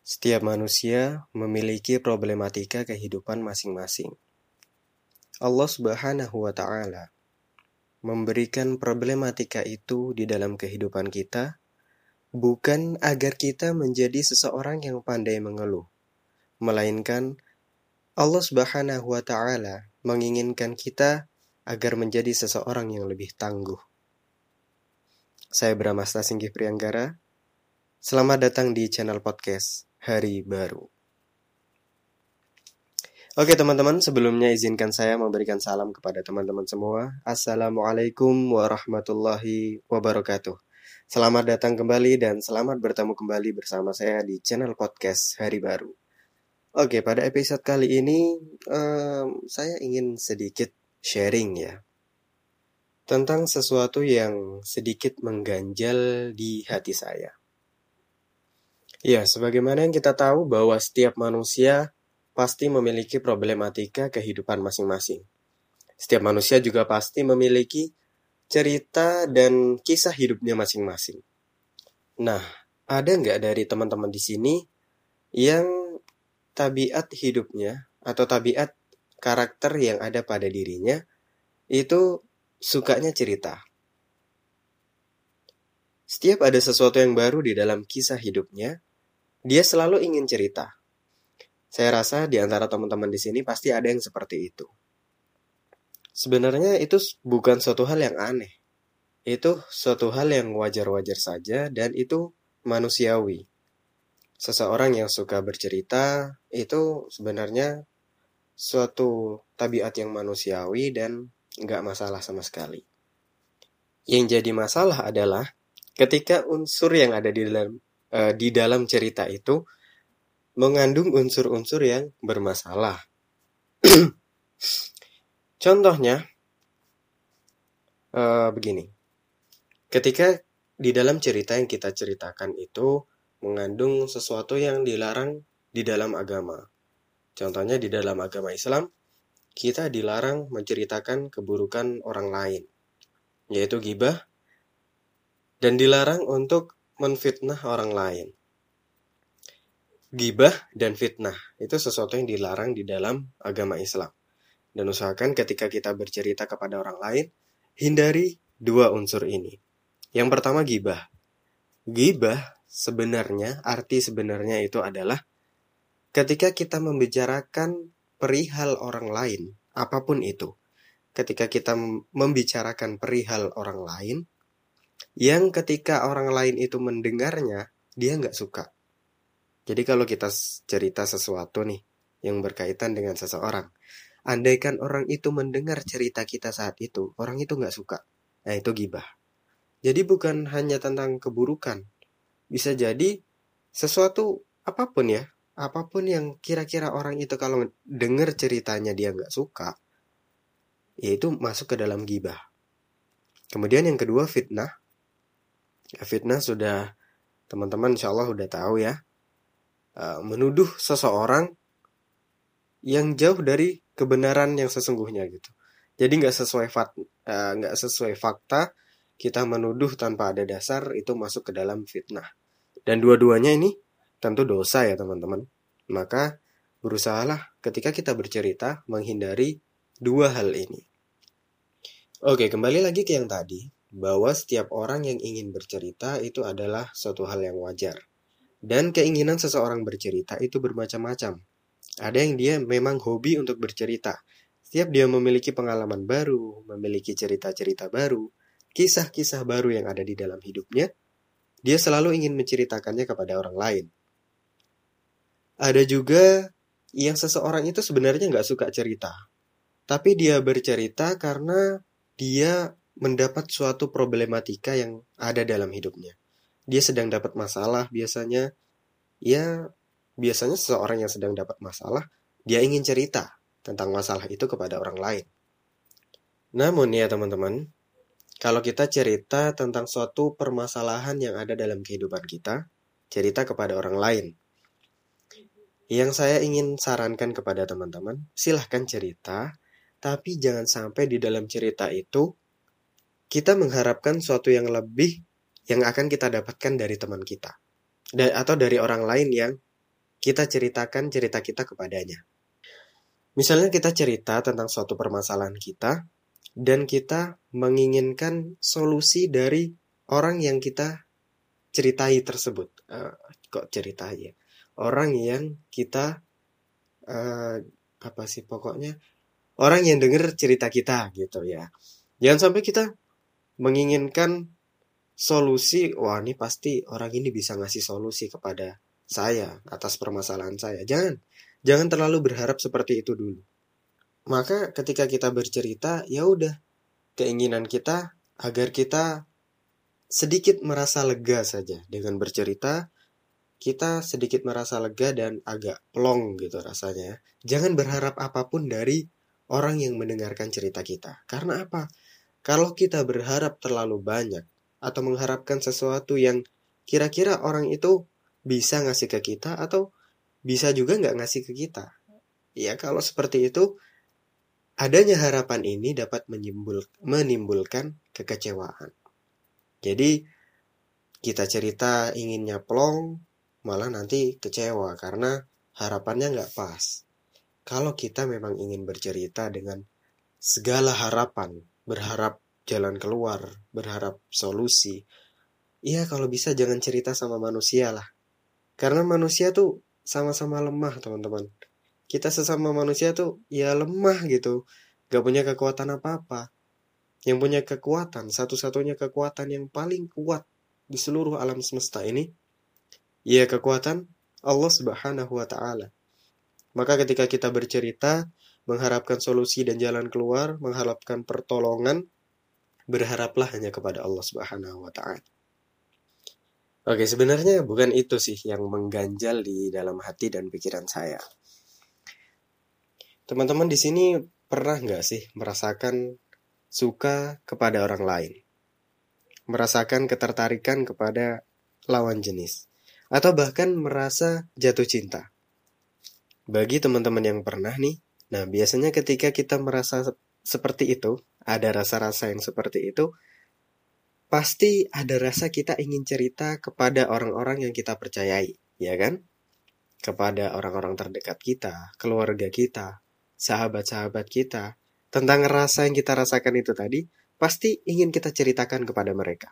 Setiap manusia memiliki problematika kehidupan masing-masing. Allah Subhanahu wa Ta'ala memberikan problematika itu di dalam kehidupan kita, bukan agar kita menjadi seseorang yang pandai mengeluh, melainkan Allah Subhanahu wa Ta'ala menginginkan kita agar menjadi seseorang yang lebih tangguh. Saya Bramasta Singgih Prianggara. Selamat datang di channel podcast Hari Baru. Oke teman-teman, sebelumnya izinkan saya memberikan salam kepada teman-teman semua. Assalamualaikum warahmatullahi wabarakatuh. Selamat datang kembali dan selamat bertemu kembali bersama saya di channel podcast Hari Baru. Oke, pada episode kali ini saya ingin sedikit sharing ya tentang sesuatu yang sedikit mengganjal di hati saya. Ya, sebagaimana yang kita tahu bahwa setiap manusia pasti memiliki problematika kehidupan masing-masing. Setiap manusia juga pasti memiliki cerita dan kisah hidupnya masing-masing. Nah, ada nggak dari teman-teman di sini yang tabiat hidupnya atau tabiat karakter yang ada pada dirinya itu sukanya cerita? Setiap ada sesuatu yang baru di dalam kisah hidupnya, dia selalu ingin cerita. Saya rasa di antara teman-teman di sini pasti ada yang seperti itu. Sebenarnya itu bukan suatu hal yang aneh. Itu suatu hal yang wajar-wajar saja dan itu manusiawi. Seseorang yang suka bercerita itu sebenarnya suatu tabiat yang manusiawi dan nggak masalah sama sekali. Yang jadi masalah adalah ketika unsur yang ada di dalam cerita itu mengandung unsur-unsur yang bermasalah. Contohnya, begini. Ketika di dalam cerita yang kita ceritakan itu mengandung sesuatu yang dilarang di dalam agama. Contohnya di dalam agama Islam, kita dilarang menceritakan keburukan orang lain, yaitu ghibah, dan dilarang untuk menfitnah orang lain. Ghibah dan fitnah itu sesuatu yang dilarang di dalam agama Islam. Dan usahakan ketika kita bercerita kepada orang lain, hindari dua unsur ini. Yang pertama ghibah. Ghibah sebenarnya, arti sebenarnya itu adalah ketika kita membicarakan perihal orang lain, apapun itu. Ketika kita membicarakan perihal orang lain, yang ketika orang lain itu mendengarnya, dia nggak suka. Jadi kalau kita cerita sesuatu nih yang berkaitan dengan seseorang, andaikan orang itu mendengar cerita kita saat itu, orang itu nggak suka. Nah itu ghibah. Jadi bukan hanya tentang keburukan, bisa jadi sesuatu apapun ya, apapun yang kira-kira orang itu kalau dengar ceritanya dia nggak suka, yaitu masuk ke dalam ghibah. Kemudian yang kedua fitnah. Fitnah sudah teman-teman insya Allah udah tahu ya. Menuduh seseorang yang jauh dari kebenaran yang sesungguhnya gitu. Jadi nggak sesuai fakta, kita menuduh tanpa ada dasar, itu masuk ke dalam fitnah. Dan dua-duanya ini tentu dosa ya teman-teman. Maka berusahalah ketika kita bercerita menghindari dua hal ini. Oke, kembali lagi ke yang tadi, bahwa setiap orang yang ingin bercerita itu adalah suatu hal yang wajar. Dan keinginan seseorang bercerita itu bermacam-macam. Ada yang dia memang hobi untuk bercerita. Setiap dia memiliki pengalaman baru, memiliki cerita-cerita baru, kisah-kisah baru yang ada di dalam hidupnya, dia selalu ingin menceritakannya kepada orang lain. Ada juga yang seseorang itu sebenarnya nggak suka cerita. Tapi dia bercerita karena dia mendapat suatu problematika yang ada dalam hidupnya. Dia sedang dapat masalah biasanya. Ya, biasanya seseorang yang sedang dapat masalah, dia ingin cerita tentang masalah itu kepada orang lain. Namun ya teman-teman, kalau kita cerita tentang suatu permasalahan yang ada dalam kehidupan kita, cerita kepada orang lain. Yang saya ingin sarankan kepada teman-teman, silahkan cerita, tapi jangan sampai di dalam cerita itu kita mengharapkan suatu yang lebih yang akan kita dapatkan dari teman kita. Atau dari orang lain yang kita ceritakan cerita kita kepadanya. Misalnya kita cerita tentang suatu permasalahan kita, dan kita menginginkan solusi dari orang yang kita ceritai tersebut. Kok ceritai ya? Orang yang kita, pokoknya orang yang dengar cerita kita gitu ya. Jangan sampai kita menginginkan solusi, wah ini pasti orang ini bisa ngasih solusi kepada saya atas permasalahan saya. Jangan terlalu berharap seperti itu dulu. Maka ketika kita bercerita, ya udah, keinginan kita agar kita sedikit merasa lega saja. Dengan bercerita, kita sedikit merasa lega dan agak plong gitu rasanya. Jangan berharap apapun dari orang yang mendengarkan cerita kita. Karena apa? Kalau kita berharap terlalu banyak atau mengharapkan sesuatu yang kira-kira orang itu bisa ngasih ke kita atau bisa juga nggak ngasih ke kita. Ya kalau seperti itu, adanya harapan ini dapat menimbulkan kekecewaan. Jadi kita cerita inginnya plong, malah nanti kecewa karena harapannya nggak pas. Kalau kita memang ingin bercerita dengan segala harapan, berharap jalan keluar, berharap solusi, ya kalau bisa jangan cerita sama manusia lah. Karena manusia tuh sama-sama lemah, teman-teman. Kita sesama manusia tuh ya lemah gitu. Gak punya kekuatan apa-apa. Yang punya kekuatan, satu-satunya kekuatan yang paling kuat di seluruh alam semesta ini, ya kekuatan Allah Subhanahu wa Ta'ala. Maka ketika kita bercerita, mengharapkan solusi dan jalan keluar, mengharapkan pertolongan, berharaplah hanya kepada Allah Subhanahu wa Ta'ala. Oke, sebenarnya bukan itu sih yang mengganjal di dalam hati dan pikiran saya. Teman-teman di sini pernah nggak sih merasakan suka kepada orang lain? Merasakan ketertarikan kepada lawan jenis? Atau bahkan merasa jatuh cinta? Bagi teman-teman yang pernah nih, nah biasanya ketika kita merasa seperti itu, ada rasa-rasa yang seperti itu, pasti ada rasa kita ingin cerita kepada orang-orang yang kita percayai, ya kan? Kepada orang-orang terdekat kita, keluarga kita, sahabat-sahabat kita, tentang rasa yang kita rasakan itu tadi, pasti ingin kita ceritakan kepada mereka.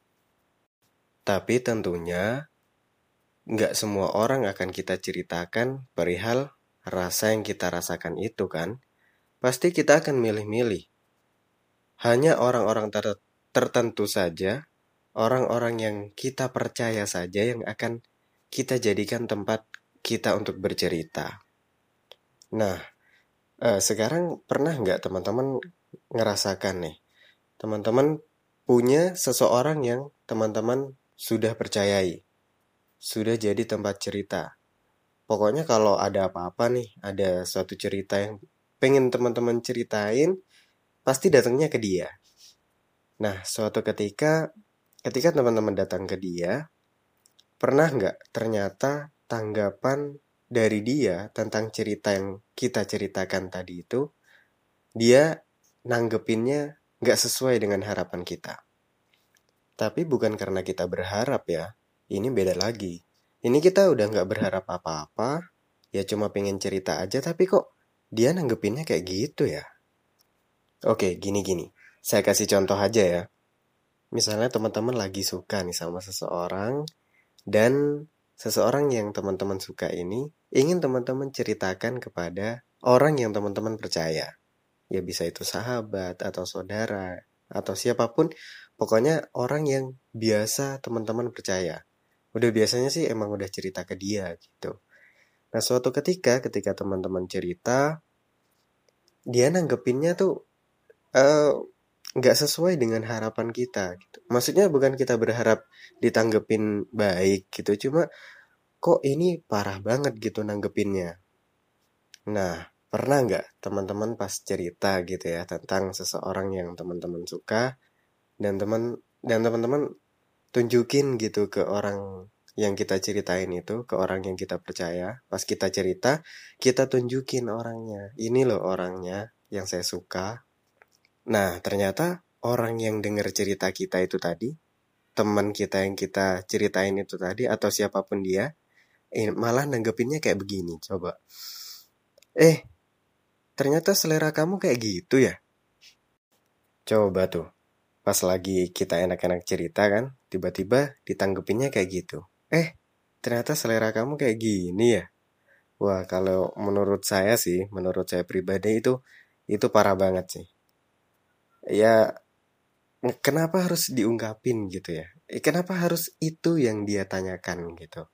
Tapi tentunya, nggak semua orang akan kita ceritakan perihal rasa yang kita rasakan itu kan. Pasti kita akan milih-milih. Hanya orang-orang tertentu saja, orang-orang yang kita percaya saja yang akan kita jadikan tempat kita untuk bercerita. Nah, sekarang pernah nggak teman-teman ngerasakan nih, teman-teman punya seseorang yang teman-teman sudah percayai, sudah jadi tempat cerita. Pokoknya kalau ada apa-apa nih, ada suatu cerita yang pengen teman-teman ceritain, pasti datangnya ke dia. Nah, suatu ketika teman-teman datang ke dia, pernah nggak ternyata tanggapan dari dia tentang cerita yang kita ceritakan tadi itu, dia nanggepinnya nggak sesuai dengan harapan kita. Tapi bukan karena kita berharap ya, ini beda lagi. Ini kita udah nggak berharap apa-apa, ya cuma pengen cerita aja, tapi kok dia nanggepinnya kayak gitu ya. Oke, gini. Saya kasih contoh aja ya. Misalnya teman-teman lagi suka nih sama seseorang, dan seseorang yang teman-teman suka ini ingin teman-teman ceritakan kepada orang yang teman-teman percaya. Ya bisa itu sahabat atau saudara atau siapapun, pokoknya orang yang biasa teman-teman percaya. Udah biasanya sih emang udah cerita ke dia gitu. Nah suatu ketika teman-teman cerita, dia nanggepinnya tuh nggak sesuai dengan harapan kita gitu. Maksudnya bukan kita berharap ditanggepin baik gitu, cuma kok ini parah banget gitu nanggepinnya. Nah, pernah nggak teman-teman pas cerita gitu ya tentang seseorang yang teman-teman suka, dan teman-teman tunjukin gitu ke orang yang kita ceritain itu, ke orang yang kita percaya. Pas kita cerita, kita tunjukin orangnya. Ini loh orangnya yang saya suka. Nah, ternyata orang yang dengar cerita kita itu tadi, teman kita yang kita ceritain itu tadi, atau siapapun dia, malah nanggepinnya kayak begini, coba. Ternyata selera kamu kayak gitu ya? Coba tuh, pas lagi kita enak-enak cerita kan, tiba-tiba ditanggepinnya kayak gitu. Ternyata selera kamu kayak gini ya? Wah, kalau menurut saya sih, menurut saya pribadi itu parah banget sih. Ya, kenapa harus diungkapin gitu ya? Kenapa harus itu yang dia tanyakan gitu?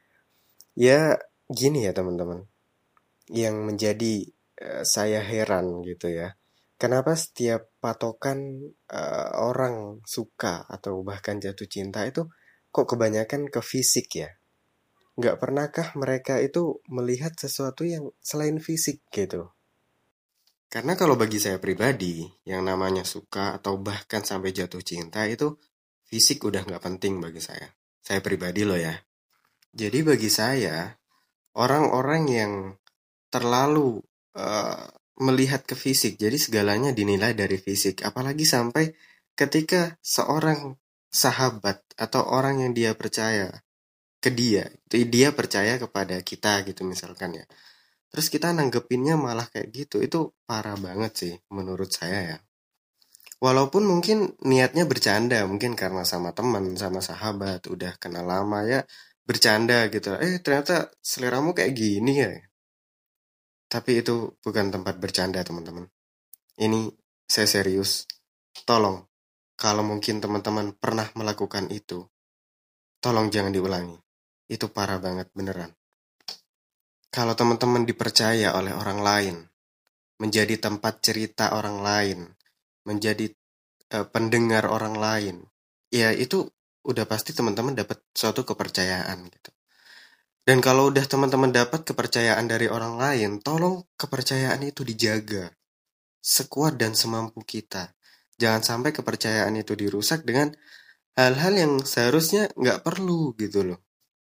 Ya, gini ya teman-teman. Yang menjadi saya heran gitu ya. Kenapa setiap patokan orang suka atau bahkan jatuh cinta itu kok kebanyakan ke fisik ya? Nggak pernahkah mereka itu melihat sesuatu yang selain fisik gitu? Karena kalau bagi saya pribadi, yang namanya suka atau bahkan sampai jatuh cinta itu fisik udah nggak penting bagi saya. Saya pribadi loh ya. Jadi bagi saya, orang-orang yang terlalu eh, melihat ke fisik, jadi segalanya dinilai dari fisik. Apalagi sampai ketika seorang sahabat atau orang yang dia percaya ke dia, itu dia percaya kepada kita gitu misalkan ya. Terus kita nanggepinnya malah kayak gitu, itu parah banget sih menurut saya ya. Walaupun mungkin niatnya bercanda, mungkin karena sama teman, sama sahabat, udah kenal lama ya, bercanda gitu. Ternyata seleramu kayak gini ya. Tapi itu bukan tempat bercanda, teman-teman. Ini saya serius. Tolong, kalau mungkin teman-teman pernah melakukan itu, tolong jangan diulangi. Itu parah banget, beneran. Kalau teman-teman dipercaya oleh orang lain, menjadi tempat cerita orang lain, menjadi pendengar orang lain, ya itu udah pasti teman-teman dapat suatu kepercayaan gitu. Dan kalau udah teman-teman dapat kepercayaan dari orang lain, tolong kepercayaan itu dijaga sekuat dan semampu kita. Jangan sampai kepercayaan itu dirusak dengan hal-hal yang seharusnya nggak perlu gitu loh.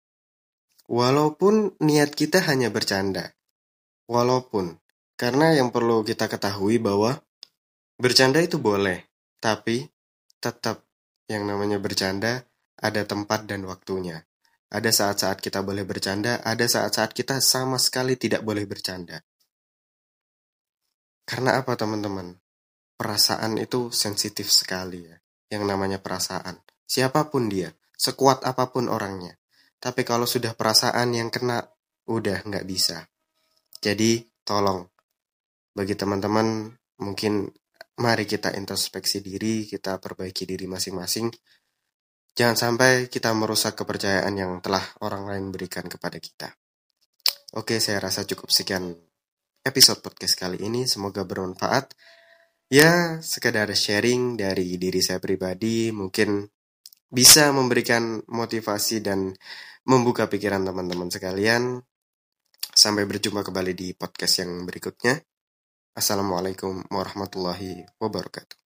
Walaupun niat kita hanya bercanda. Walaupun. Karena yang perlu kita ketahui bahwa bercanda itu boleh. Tapi tetap yang namanya bercanda ada tempat dan waktunya. Ada saat-saat kita boleh bercanda, ada saat-saat kita sama sekali tidak boleh bercanda. Karena apa teman-teman? Perasaan itu sensitif sekali ya. Yang namanya perasaan. Siapapun dia, sekuat apapun orangnya. Tapi kalau sudah perasaan yang kena, udah nggak bisa. Jadi, tolong, bagi teman-teman, mungkin mari kita introspeksi diri, kita perbaiki diri masing-masing. Jangan sampai kita merusak kepercayaan yang telah orang lain berikan kepada kita. Oke, saya rasa cukup sekian episode podcast kali ini. Semoga bermanfaat. Ya, sekedar sharing dari diri saya pribadi, mungkin bisa memberikan motivasi dan membuka pikiran teman-teman sekalian. Sampai berjumpa kembali di podcast yang berikutnya. Assalamualaikum warahmatullahi wabarakatuh.